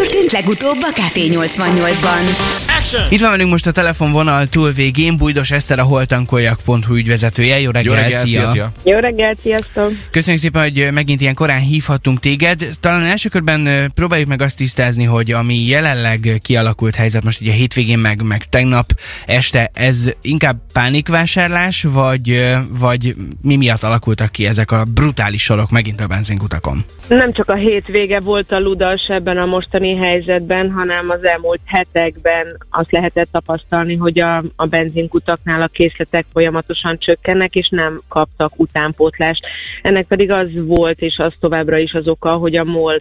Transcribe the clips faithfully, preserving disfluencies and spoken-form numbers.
történt legutóbb a Café nyolcvannyolcban? Itt van velünk most a telefonvonal túlvégén Bújdos Eszter, a holtankoljak pont hu ügyvezetője. Jó reggelt, Jó reggelt, szia! szia, szia. Jó reggelt, sziasztok! Köszönjük szépen, hogy megint ilyen korán hívhattunk téged. Talán első körben próbáljuk meg azt tisztázni, hogy ami jelenleg kialakult helyzet most ugye a hétvégén meg, meg tegnap este, ez inkább pánikvásárlás, vagy, vagy mi miatt alakultak ki ezek a brutális sorok megint a benzinkutakon? Nem csak a hétvége volt a ludas ebben a mostani helyzetben, hanem az elmúlt hetekben azt lehetett tapasztalni, hogy a, a benzinkutaknál a készletek folyamatosan csökkennek, és nem kaptak utánpótlást. Ennek pedig az volt, és az továbbra is az oka, hogy a MOL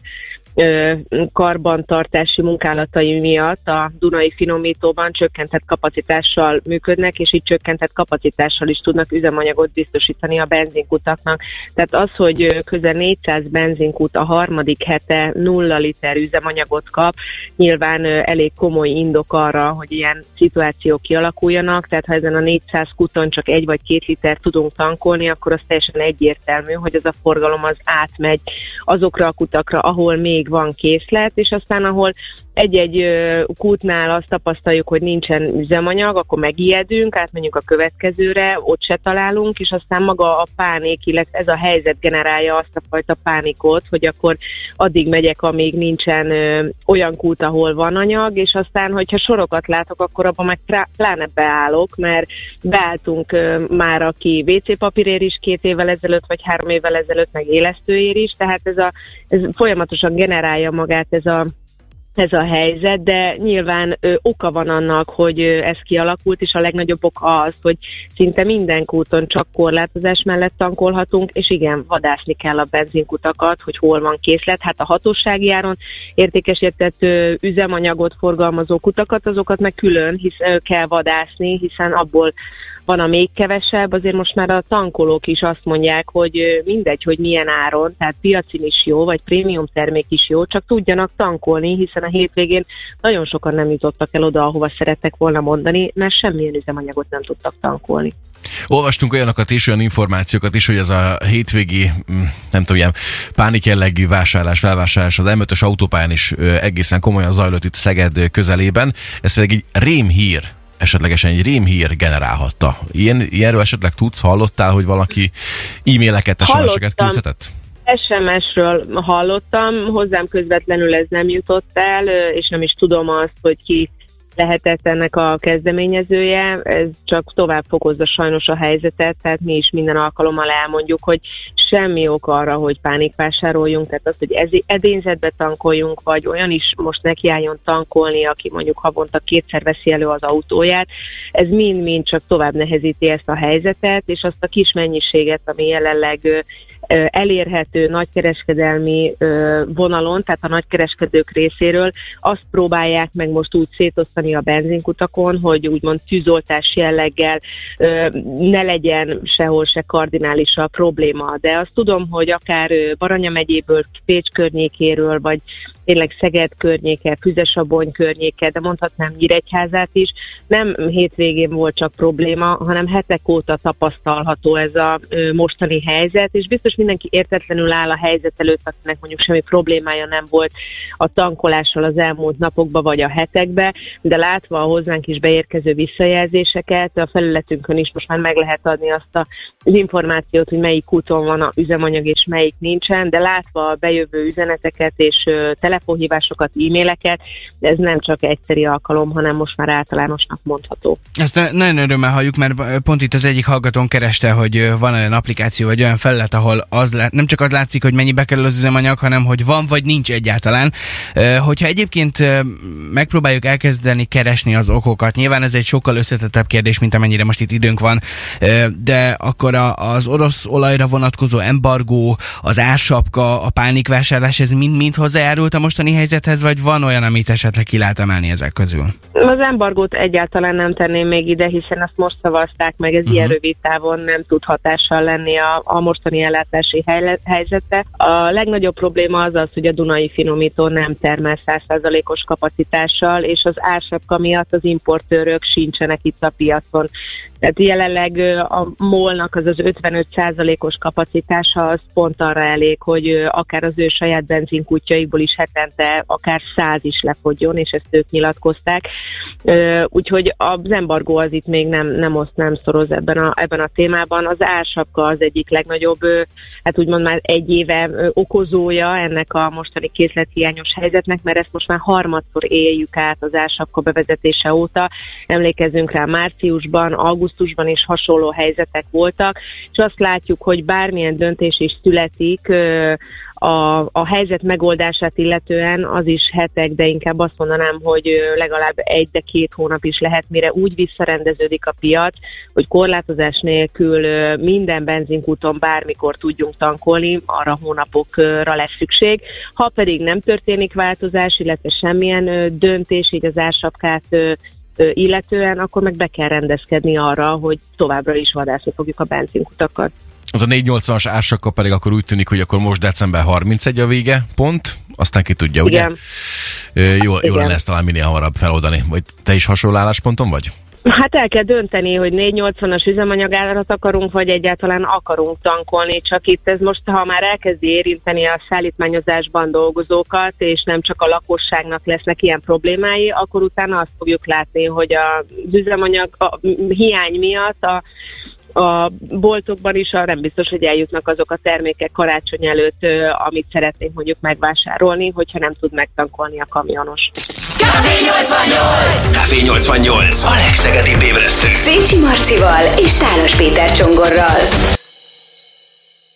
ö, karbantartási munkálatai miatt a Dunai finomítóban csökkentett kapacitással működnek, és így csökkentett kapacitással is tudnak üzemanyagot biztosítani a benzinkutaknak. Tehát az, hogy közel négyszáz benzinkút a harmadik hete nulla liter üzemanyagot kap, nyilván elég komoly indok arra, hogy ilyen szituációk kialakuljanak, tehát ha ezen a négyszáz kuton csak egy vagy két liter tudunk tankolni, akkor az teljesen egyértelmű, hogy ez a forgalom az átmegy azokra a kutakra, ahol még van készlet, és aztán ahol egy-egy kútnál azt tapasztaljuk, hogy nincsen üzemanyag, akkor megijedünk, átmenjünk a következőre, ott se találunk, és aztán maga a pánik, illetve ez a helyzet generálja azt a fajta pánikot, hogy akkor addig megyek, amíg nincsen ö, olyan kút, ahol van anyag, és aztán, hogyha sorokat látok, akkor abban meg pláne beállok, mert beálltunk ö, már, aki vé cé papírért is két évvel ezelőtt, vagy három évvel ezelőtt, meg élesztőért is, tehát ez, a, ez folyamatosan generálja magát ez a ez a helyzet, de nyilván ö, oka van annak, hogy ö, ez kialakult, és a legnagyobb oka az, hogy szinte minden kúton csak korlátozás mellett tankolhatunk, és igen, vadászni kell a benzinkutakat, hogy hol van készlet. Hát a hatósági áron értékesített ö, üzemanyagot forgalmazó kutakat, azokat meg külön hisz, ö, kell vadászni, hiszen abból van a még kevesebb, azért most már a tankolók is azt mondják, hogy mindegy, hogy milyen áron, tehát piacin is jó, vagy prémium termék is jó, csak tudjanak tankolni, hiszen a hétvégén nagyon sokan nem jutottak el oda, ahova szerettek volna mondani, mert semmilyen üzemanyagot nem tudtak tankolni. Olvastunk olyanokat is, olyan információkat is, hogy ez a hétvégi, nem tudom, ilyen pánik jellegű vásárlás, felvásárlás az em ötös autópályán is egészen komolyan zajlott itt Szeged közelében. Ez pedig egy rémhír, esetlegesen egy rémhír generálhatta. Ilyen, ilyenről esetleg tudsz, hallottál, hogy valaki e-maileket, es em es-eket küldhetett? es em es-ről hallottam, hozzám közvetlenül ez nem jutott el, és nem is tudom azt, hogy ki lehetett ennek a kezdeményezője, ez csak tovább fokozza sajnos a helyzetet, tehát mi is minden alkalommal elmondjuk, hogy semmi ok arra, hogy pánikvásároljunk, tehát az, hogy edényzetbe tankoljunk, vagy olyan is most nekiálljon tankolni, aki mondjuk havonta kétszer veszi elő az autóját, ez mind-mind csak tovább nehezíti ezt a helyzetet, és azt a kis mennyiséget, ami jelenleg elérhető nagykereskedelmi vonalon, tehát a nagykereskedők részéről, azt próbálják meg most úgy szétosztani a benzinkutakon, hogy úgymond tűzoltás jelleggel ne legyen sehol se kardinális a probléma. De azt tudom, hogy akár Baranya megyéből, Pécs környékéről, vagy tényleg Szeged környéke, Füzesabony környéke, de mondhatnám Nyíregyházát is. Nem hétvégén volt csak probléma, hanem hetek óta tapasztalható ez a ö, mostani helyzet, és biztos mindenki értetlenül áll a helyzet előtt, akinek mondjuk semmi problémája nem volt a tankolással az elmúlt napokban vagy a hetekben, de látva a hozzánk is beérkező visszajelzéseket, a felületünkön is most már meg lehet adni azt a, az információt, hogy melyik úton van a üzemanyag és melyik nincsen, de látva a bejövő üzeneteket és ö, telefonhívásokat, e-maileket, de ez nem csak egyszeri alkalom, hanem most már általánosnak mondható. Ezt nagyon örömmel halljuk, mert pont itt az egyik hallgatón kereste, hogy van olyan applikáció, vagy olyan felület, ahol az lát, nem csak az látszik, hogy mennyibe kerül az üzemanyag, hanem hogy van, vagy nincs egyáltalán. Hogyha egyébként megpróbáljuk elkezdeni keresni az okokat, nyilván ez egy sokkal összetettebb kérdés, mint amennyire most itt időnk van, de akkor az orosz olajra vonatkozó embargó, az ársapka, a pánikvásárlás, ez mind-mind hozzájárult a mostani helyzethez, vagy van olyan, amit esetleg ki lehet emelni ezek közül? Az embargót egyáltalán nem tenném még ide, hiszen azt most szavazták meg, ez uh-huh. ilyen rövid távon nem tud hatással lenni a, a mostani ellátás fogyasztási helyzete. A legnagyobb probléma az az, hogy a Dunai finomító nem termel száz százalékos kapacitással, és az ársapka miatt az importőrök sincsenek itt a piacon. Tehát jelenleg a molnak az az ötvenöt százalékos kapacitása az pont arra elég, hogy akár az ő saját benzinkutyjaikból is hetente akár száz is lefogjon, és ezt ők nyilatkozták. Úgyhogy az embargó az itt még nem, nem oszt, nem szoroz ebben a, ebben a témában. Az ársapka az egyik legnagyobb, hát úgymond már egy éve okozója ennek a mostani készlethiányos helyzetnek, mert ezt most már harmadszor éljük át az ársapka bevezetése óta. Emlékezzünk rá, márciusban, augusztusban is hasonló helyzetek voltak, és azt látjuk, hogy bármilyen döntés is születik a, a helyzet megoldását illetően, az is hetek, de inkább azt mondanám, hogy legalább egy, de két hónap is lehet, mire úgy visszarendeződik a piac, hogy korlátozás nélkül minden benzinkúton bármikor tudjunk tankolni, arra hónapokra lesz szükség. Ha pedig nem történik változás, illetve semmilyen döntés, így az ársapkát illetően, akkor meg be kell rendezkedni arra, hogy továbbra is vadászni fogjuk a benzinkutakat. Az a négyszáznyolcvanas ársapka pedig akkor úgy tűnik, hogy akkor most december harmincegyedike a vége, pont, aztán ki tudja, ugye? Igen. Jó, jó lenne ezt talán minél hamarabb feloldani. Vagy te is hasonló állásponton vagy? Hát el kell dönteni, hogy négyszáznyolcvanas üzemanyagárat akarunk, vagy egyáltalán akarunk tankolni, csak itt ez most, ha már elkezdi érinteni a szállítmányozásban dolgozókat, és nem csak a lakosságnak lesznek ilyen problémái, akkor utána azt fogjuk látni, hogy az üzemanyag a hiány miatt a a boltokban is nem biztos, hogy eljutnak azok a termékek karácsony előtt, amit szeretnénk mondjuk megvásárolni, hogyha nem tud megtankolni a kamionos. Café nyolcvannyolc! Café nyolcvannyolc! A legszegedibb ébresztő! Szécsi Marcival és Tálos Péter Csongorral.